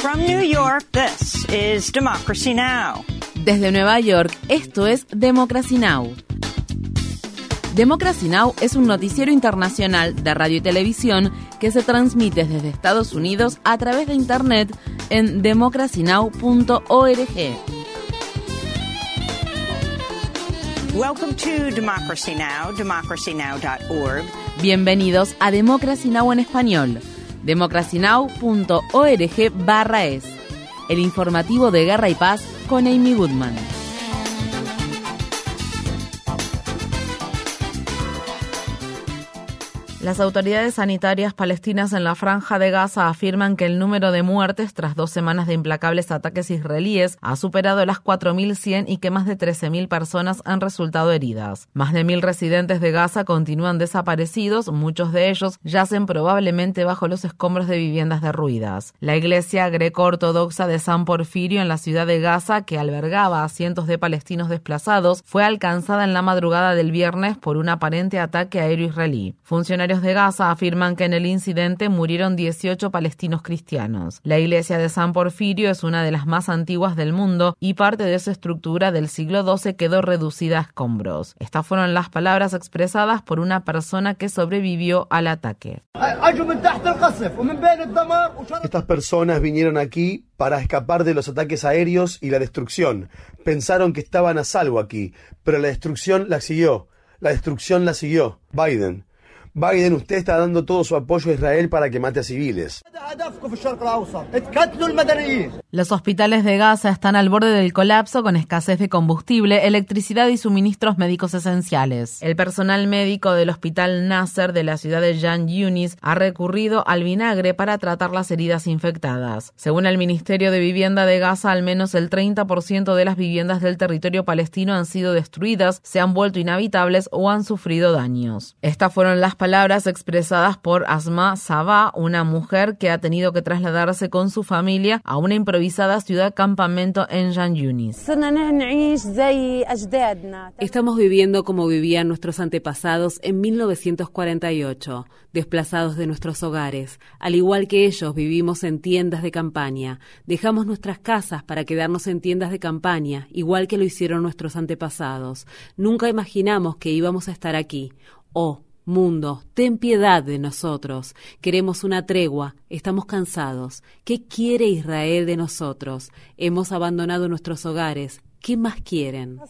From New York, this is Democracy Now! Desde Nueva York, esto es Democracy Now! Democracy Now! Es un noticiero internacional de radio y televisión que se transmite desde Estados Unidos a través de Internet en democracynow.org. Welcome to Democracy Now!, democracynow.org. Bienvenidos a Democracy Now! En español, democracynow.org/es, el informativo de Guerra y Paz con Amy Goodman. Las autoridades sanitarias palestinas en la Franja de Gaza afirman que el número de muertes tras 2 semanas de implacables ataques israelíes ha superado las 4.100 y que más de 13.000 personas han resultado heridas. Más de 1.000 residentes de Gaza continúan desaparecidos, muchos de ellos yacen probablemente bajo los escombros de viviendas derruidas. La iglesia greco-ortodoxa de San Porfirio en la ciudad de Gaza, que albergaba a cientos de palestinos desplazados, fue alcanzada en la madrugada del viernes por un aparente ataque aéreo israelí. Funcionarios de Gaza afirman que en el incidente murieron 18 palestinos cristianos. La iglesia de San Porfirio es una de las más antiguas del mundo y parte de su estructura del siglo XII quedó reducida a escombros. Estas fueron las palabras expresadas por una persona que sobrevivió al ataque. Estas personas vinieron aquí para escapar de los ataques aéreos y la destrucción. Pensaron que estaban a salvo aquí, pero la destrucción la siguió. La destrucción la siguió. Biden, usted está dando todo su apoyo a Israel para que mate a civiles. Los hospitales de Gaza están al borde del colapso con escasez de combustible, electricidad y suministros médicos esenciales. El personal médico del Hospital Nasser de la ciudad de Khan Yunis ha recurrido al vinagre para tratar las heridas infectadas. Según el Ministerio de Vivienda de Gaza, al menos el 30% de las viviendas del territorio palestino han sido destruidas, se han vuelto inhabitables o han sufrido daños. Estas fueron las palabras expresadas por Asma Sabah, una mujer que ha tenido que trasladarse con su familia a una improvisada ciudad campamento en Khan Yunis. Estamos viviendo como vivían nuestros antepasados en 1948, desplazados de nuestros hogares. Al igual que ellos, vivimos en tiendas de campaña. Dejamos nuestras casas para quedarnos en tiendas de campaña, igual que lo hicieron nuestros antepasados. Nunca imaginamos que íbamos a estar aquí. Oh, mundo, ten piedad de nosotros. Queremos una tregua. Estamos cansados. ¿Qué quiere Israel de nosotros? Hemos abandonado nuestros hogares. ¿Qué más quieren?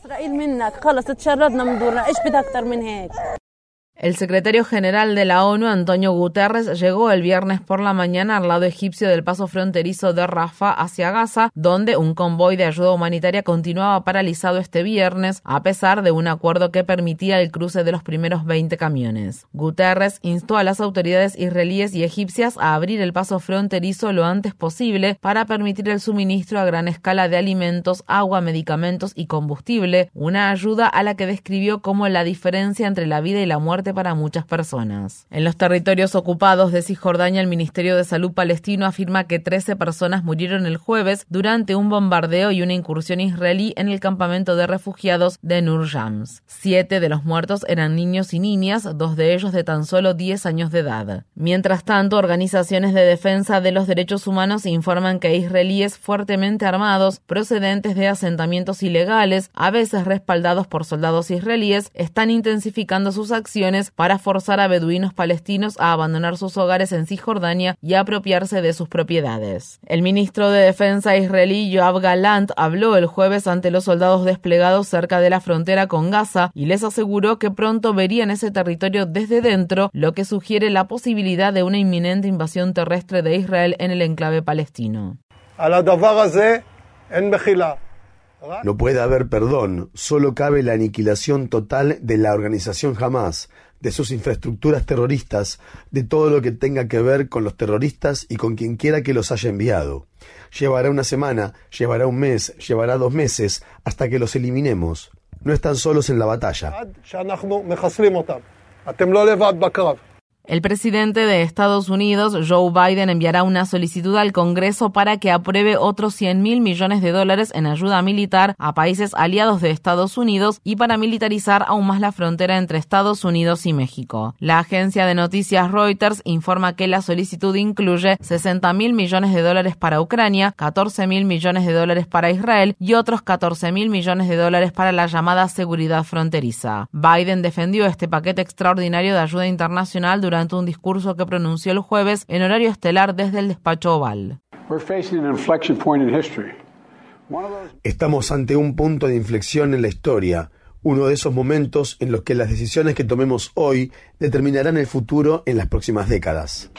El secretario general de la ONU, Antonio Guterres, llegó el viernes por la mañana al lado egipcio del paso fronterizo de Rafah hacia Gaza, donde un convoy de ayuda humanitaria continuaba paralizado este viernes, a pesar de un acuerdo que permitía el cruce de los primeros 20 camiones. Guterres instó a las autoridades israelíes y egipcias a abrir el paso fronterizo lo antes posible para permitir el suministro a gran escala de alimentos, agua, medicamentos y combustible, una ayuda a la que describió como la diferencia entre la vida y la muerte para muchas personas. En los territorios ocupados de Cisjordania, el Ministerio de Salud palestino afirma que 13 personas murieron el jueves durante un bombardeo y una incursión israelí en el campamento de refugiados de Nur Shams. 7 de los muertos eran niños y niñas, 2 de ellos de tan solo 10 años de edad. Mientras tanto, organizaciones de defensa de los derechos humanos informan que israelíes fuertemente armados, procedentes de asentamientos ilegales, a veces respaldados por soldados israelíes, están intensificando sus acciones para forzar a beduinos palestinos a abandonar sus hogares en Cisjordania y a apropiarse de sus propiedades. El ministro de Defensa israelí Yoav Gallant habló el jueves ante los soldados desplegados cerca de la frontera con Gaza y les aseguró que pronto verían ese territorio desde dentro, lo que sugiere la posibilidad de una inminente invasión terrestre de Israel en el enclave palestino. No puede haber perdón, solo cabe la aniquilación total de la organización Hamás, de sus infraestructuras terroristas, de todo lo que tenga que ver con los terroristas y con quien quiera que los haya enviado. Llevará una semana, llevará un mes, llevará 2 meses, hasta que los eliminemos. No están solos en la batalla. El presidente de Estados Unidos, Joe Biden, enviará una solicitud al Congreso para que apruebe otros $100.000 millones en ayuda militar a países aliados de Estados Unidos y para militarizar aún más la frontera entre Estados Unidos y México. La agencia de noticias Reuters informa que la solicitud incluye $60.000 millones para Ucrania, $14.000 millones para Israel y otros $14.000 millones para la llamada seguridad fronteriza. Biden defendió este paquete extraordinario de ayuda internacional durante un discurso que pronunció el jueves en horario estelar desde el despacho Oval. Estamos ante un punto de inflexión en la historia, uno de esos momentos en los que las decisiones que tomemos hoy determinarán el futuro en las próximas décadas.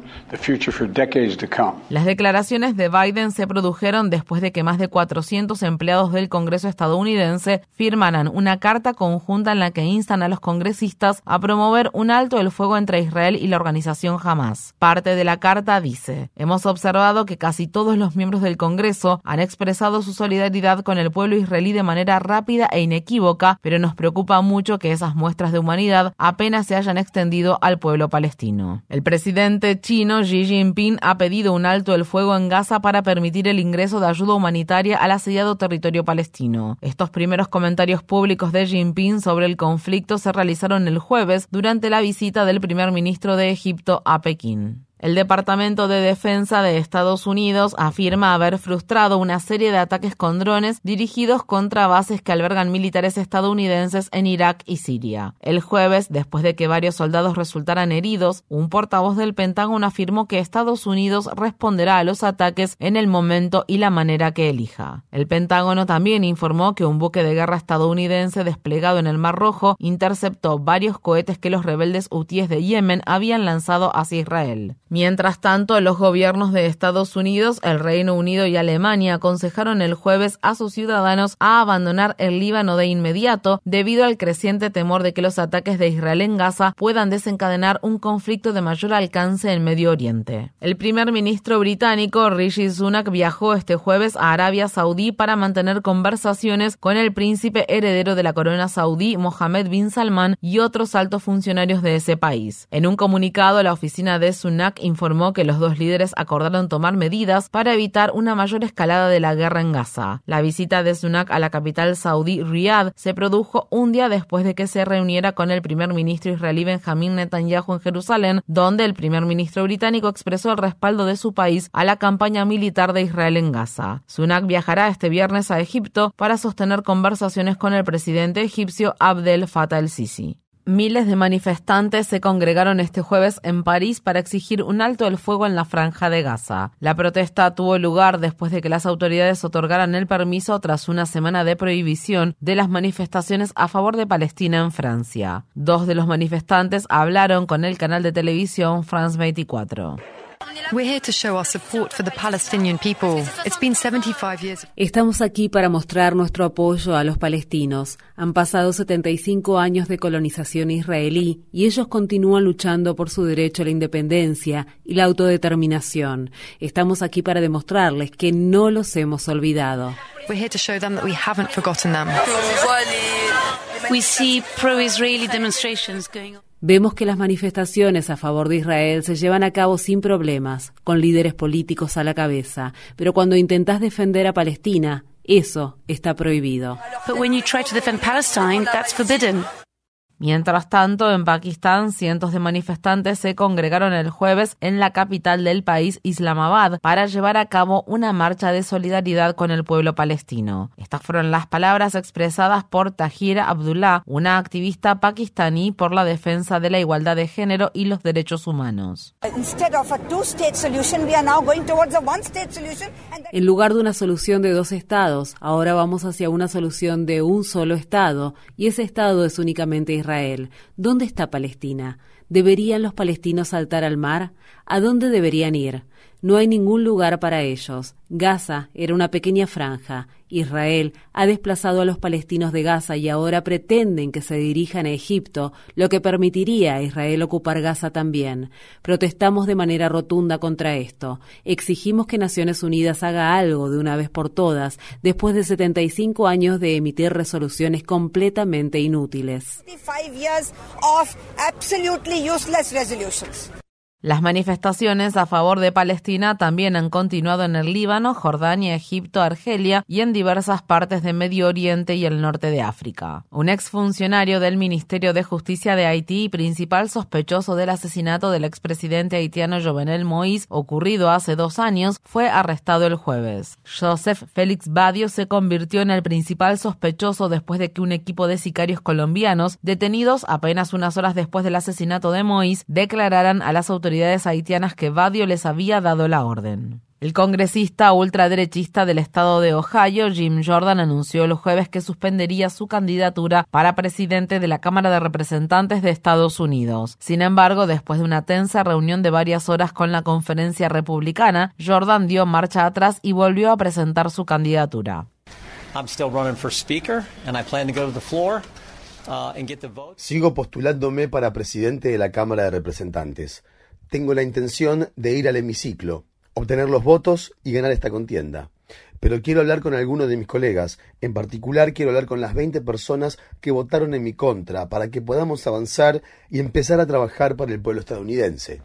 Las declaraciones de Biden se produjeron después de que más de 400 empleados del Congreso estadounidense firmaran una carta conjunta en la que instan a los congresistas a promover un alto el fuego entre Israel y la organización Hamás. Parte de la carta dice: hemos observado que casi todos los miembros del Congreso han expresado su solidaridad con el pueblo israelí de manera rápida e inequívoca, pero nos preocupa mucho que esas muestras de humanidad apenas se hayan extendido al pueblo palestino. El presidente chino Xi Jinping ha pedido un alto el fuego en Gaza para permitir el ingreso de ayuda humanitaria al asediado territorio palestino. Estos primeros comentarios públicos de Jinping sobre el conflicto se realizaron el jueves durante la visita del primer ministro de Egipto a Pekín. El Departamento de Defensa de Estados Unidos afirma haber frustrado una serie de ataques con drones dirigidos contra bases que albergan militares estadounidenses en Irak y Siria. El jueves, después de que varios soldados resultaran heridos, un portavoz del Pentágono afirmó que Estados Unidos responderá a los ataques en el momento y la manera que elija. El Pentágono también informó que un buque de guerra estadounidense desplegado en el Mar Rojo interceptó varios cohetes que los rebeldes hutíes de Yemen habían lanzado hacia Israel. Mientras tanto, los gobiernos de Estados Unidos, el Reino Unido y Alemania aconsejaron el jueves a sus ciudadanos a abandonar el Líbano de inmediato debido al creciente temor de que los ataques de Israel en Gaza puedan desencadenar un conflicto de mayor alcance en Medio Oriente. El primer ministro británico Rishi Sunak viajó este jueves a Arabia Saudí para mantener conversaciones con el príncipe heredero de la corona saudí, Mohammed bin Salman, y otros altos funcionarios de ese país. En un comunicado, la oficina de Sunak informó que los dos líderes acordaron tomar medidas para evitar una mayor escalada de la guerra en Gaza. La visita de Sunak a la capital saudí, Riad, se produjo un día después de que se reuniera con el primer ministro israelí Benjamín Netanyahu en Jerusalén, donde el primer ministro británico expresó el respaldo de su país a la campaña militar de Israel en Gaza. Sunak viajará este viernes a Egipto para sostener conversaciones con el presidente egipcio Abdel Fattah el-Sisi. Miles de manifestantes se congregaron este jueves en París para exigir un alto el fuego en la franja de Gaza. La protesta tuvo lugar después de que las autoridades otorgaran el permiso tras una semana de prohibición de las manifestaciones a favor de Palestina en Francia. Dos de los manifestantes hablaron con el canal de televisión France 24. Estamos aquí para mostrar nuestro apoyo a los palestinos. Han pasado 75 años de colonización israelí y ellos continúan luchando por su derecho a la independencia y la autodeterminación. Estamos aquí para demostrarles que no los hemos olvidado. Vemos que las manifestaciones a favor de Israel se llevan a cabo sin problemas, con líderes políticos a la cabeza, pero cuando intentas defender a Palestina, eso está prohibido. Mientras tanto, en Pakistán, cientos de manifestantes se congregaron el jueves en la capital del país, Islamabad, para llevar a cabo una marcha de solidaridad con el pueblo palestino. Estas fueron las palabras expresadas por Tahir Abdullah, una activista pakistaní por la defensa de la igualdad de género y los derechos humanos. En lugar de una solución de dos estados, ahora vamos hacia una solución de un solo estado, y ese estado es únicamente Israel. ¿Dónde está Palestina? ¿Deberían los palestinos saltar al mar? ¿A dónde deberían ir? No hay ningún lugar para ellos. Gaza era una pequeña franja. Israel ha desplazado a los palestinos de Gaza y ahora pretenden que se dirijan a Egipto, lo que permitiría a Israel ocupar Gaza también. Protestamos de manera rotunda contra esto. Exigimos que Naciones Unidas haga algo de una vez por todas, después de 75 años de emitir resoluciones completamente inútiles. 55 years of absolutely useless resolutions. Las manifestaciones a favor de Palestina también han continuado en el Líbano, Jordania, Egipto, Argelia y en diversas partes de Medio Oriente y el norte de África. Un exfuncionario del Ministerio de Justicia de Haití y principal sospechoso del asesinato del expresidente haitiano Jovenel Moïse, ocurrido hace 2 años, fue arrestado el jueves. Joseph Félix Badio se convirtió en el principal sospechoso después de que un equipo de sicarios colombianos, detenidos apenas unas horas después del asesinato de Moïse, declararan a las autoridades haitianas que Badio les había dado la orden. El congresista ultraderechista del estado de Ohio, Jim Jordan, anunció el jueves que suspendería su candidatura para presidente de la Cámara de Representantes de Estados Unidos. Sin embargo, después de una tensa reunión de varias horas con la conferencia republicana, Jordan dio marcha atrás y volvió a presentar su candidatura. Sigo postulándome para presidente de la Cámara de Representantes. Tengo la intención de ir al hemiciclo, obtener los votos y ganar esta contienda. Pero quiero hablar con algunos de mis colegas. En particular, quiero hablar con las 20 personas que votaron en mi contra para que podamos avanzar y empezar a trabajar para el pueblo estadounidense.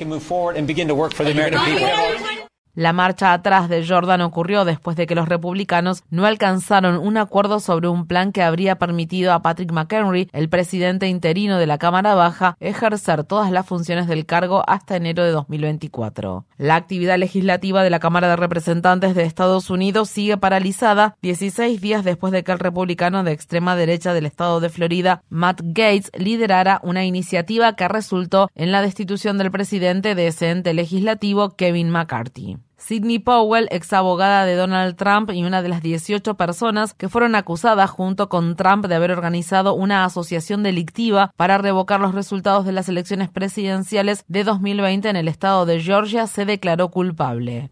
La marcha atrás de Jordan ocurrió después de que los republicanos no alcanzaron un acuerdo sobre un plan que habría permitido a Patrick McHenry, el presidente interino de la Cámara Baja, ejercer todas las funciones del cargo hasta enero de 2024. La actividad legislativa de la Cámara de Representantes de Estados Unidos sigue paralizada 16 días después de que el republicano de extrema derecha del estado de Florida, Matt Gaetz, liderara una iniciativa que resultó en la destitución del presidente de ese ente legislativo, Kevin McCarthy. Sidney Powell, ex abogada de Donald Trump y una de las 18 personas que fueron acusadas junto con Trump de haber organizado una asociación delictiva para revocar los resultados de las elecciones presidenciales de 2020 en el estado de Georgia, se declaró culpable.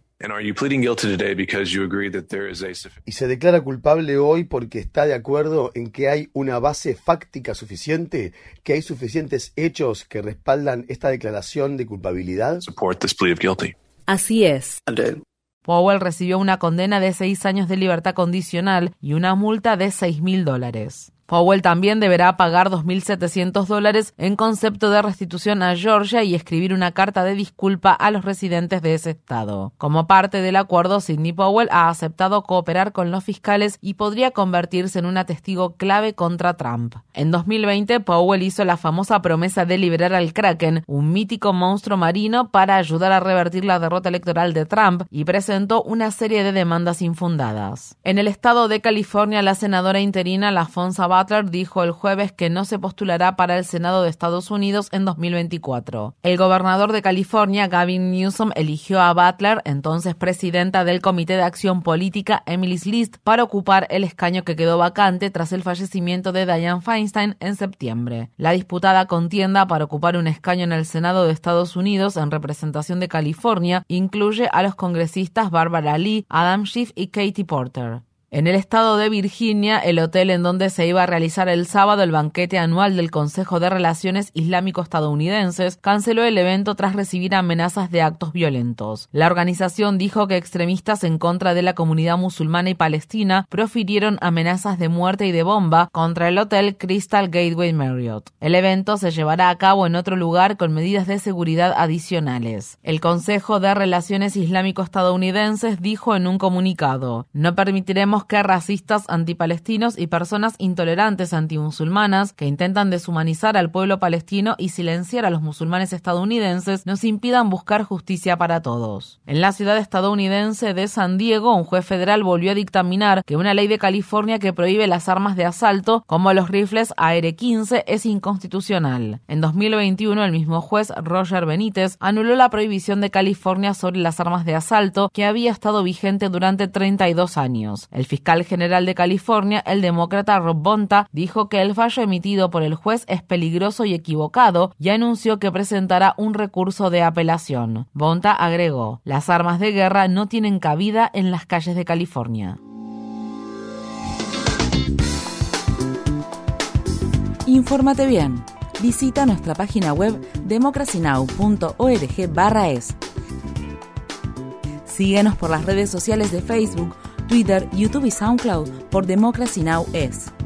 Y se declara culpable hoy porque está de acuerdo en que hay una base fáctica suficiente, que hay suficientes hechos que respaldan esta declaración de culpabilidad. Así es. Powell recibió una condena de 6 años de libertad condicional y una multa de $6,000. Powell también deberá pagar $2,700 en concepto de restitución a Georgia y escribir una carta de disculpa a los residentes de ese estado. Como parte del acuerdo, Sidney Powell ha aceptado cooperar con los fiscales y podría convertirse en una testigo clave contra Trump. En 2020, Powell hizo la famosa promesa de liberar al Kraken, un mítico monstruo marino, para ayudar a revertir la derrota electoral de Trump, y presentó una serie de demandas infundadas. En el estado de California, la senadora interina LaFonza Butler dijo el jueves que no se postulará para el Senado de Estados Unidos en 2024. El gobernador de California, Gavin Newsom, eligió a Butler, entonces presidenta del Comité de Acción Política Emily's List, para ocupar el escaño que quedó vacante tras el fallecimiento de Dianne Feinstein en septiembre. La disputada contienda para ocupar un escaño en el Senado de Estados Unidos en representación de California incluye a los congresistas Barbara Lee, Adam Schiff y Katie Porter. En el estado de Virginia, el hotel en donde se iba a realizar el sábado el banquete anual del Consejo de Relaciones Islámico-Estadounidenses canceló el evento tras recibir amenazas de actos violentos. La organización dijo que extremistas en contra de la comunidad musulmana y palestina profirieron amenazas de muerte y de bomba contra el hotel Crystal Gateway Marriott. El evento se llevará a cabo en otro lugar con medidas de seguridad adicionales. El Consejo de Relaciones Islámico-Estadounidenses dijo en un comunicado: "No permitiremos que racistas, antipalestinos y personas intolerantes antimusulmanas que intentan deshumanizar al pueblo palestino y silenciar a los musulmanes estadounidenses nos impidan buscar justicia para todos". En la ciudad estadounidense de San Diego, un juez federal volvió a dictaminar que una ley de California que prohíbe las armas de asalto, como los rifles AR-15, es inconstitucional. En 2021, el mismo juez, Roger Benítez, anuló la prohibición de California sobre las armas de asalto que había estado vigente durante 32 años. El fiscal general de California, el demócrata Rob Bonta, dijo que el fallo emitido por el juez es peligroso y equivocado y anunció que presentará un recurso de apelación. Bonta agregó: las armas de guerra no tienen cabida en las calles de California. Infórmate bien. Visita nuestra página web democracynow.org/es. Síguenos por las redes sociales de Facebook, Twitter, YouTube y SoundCloud por Democracy Now! Es.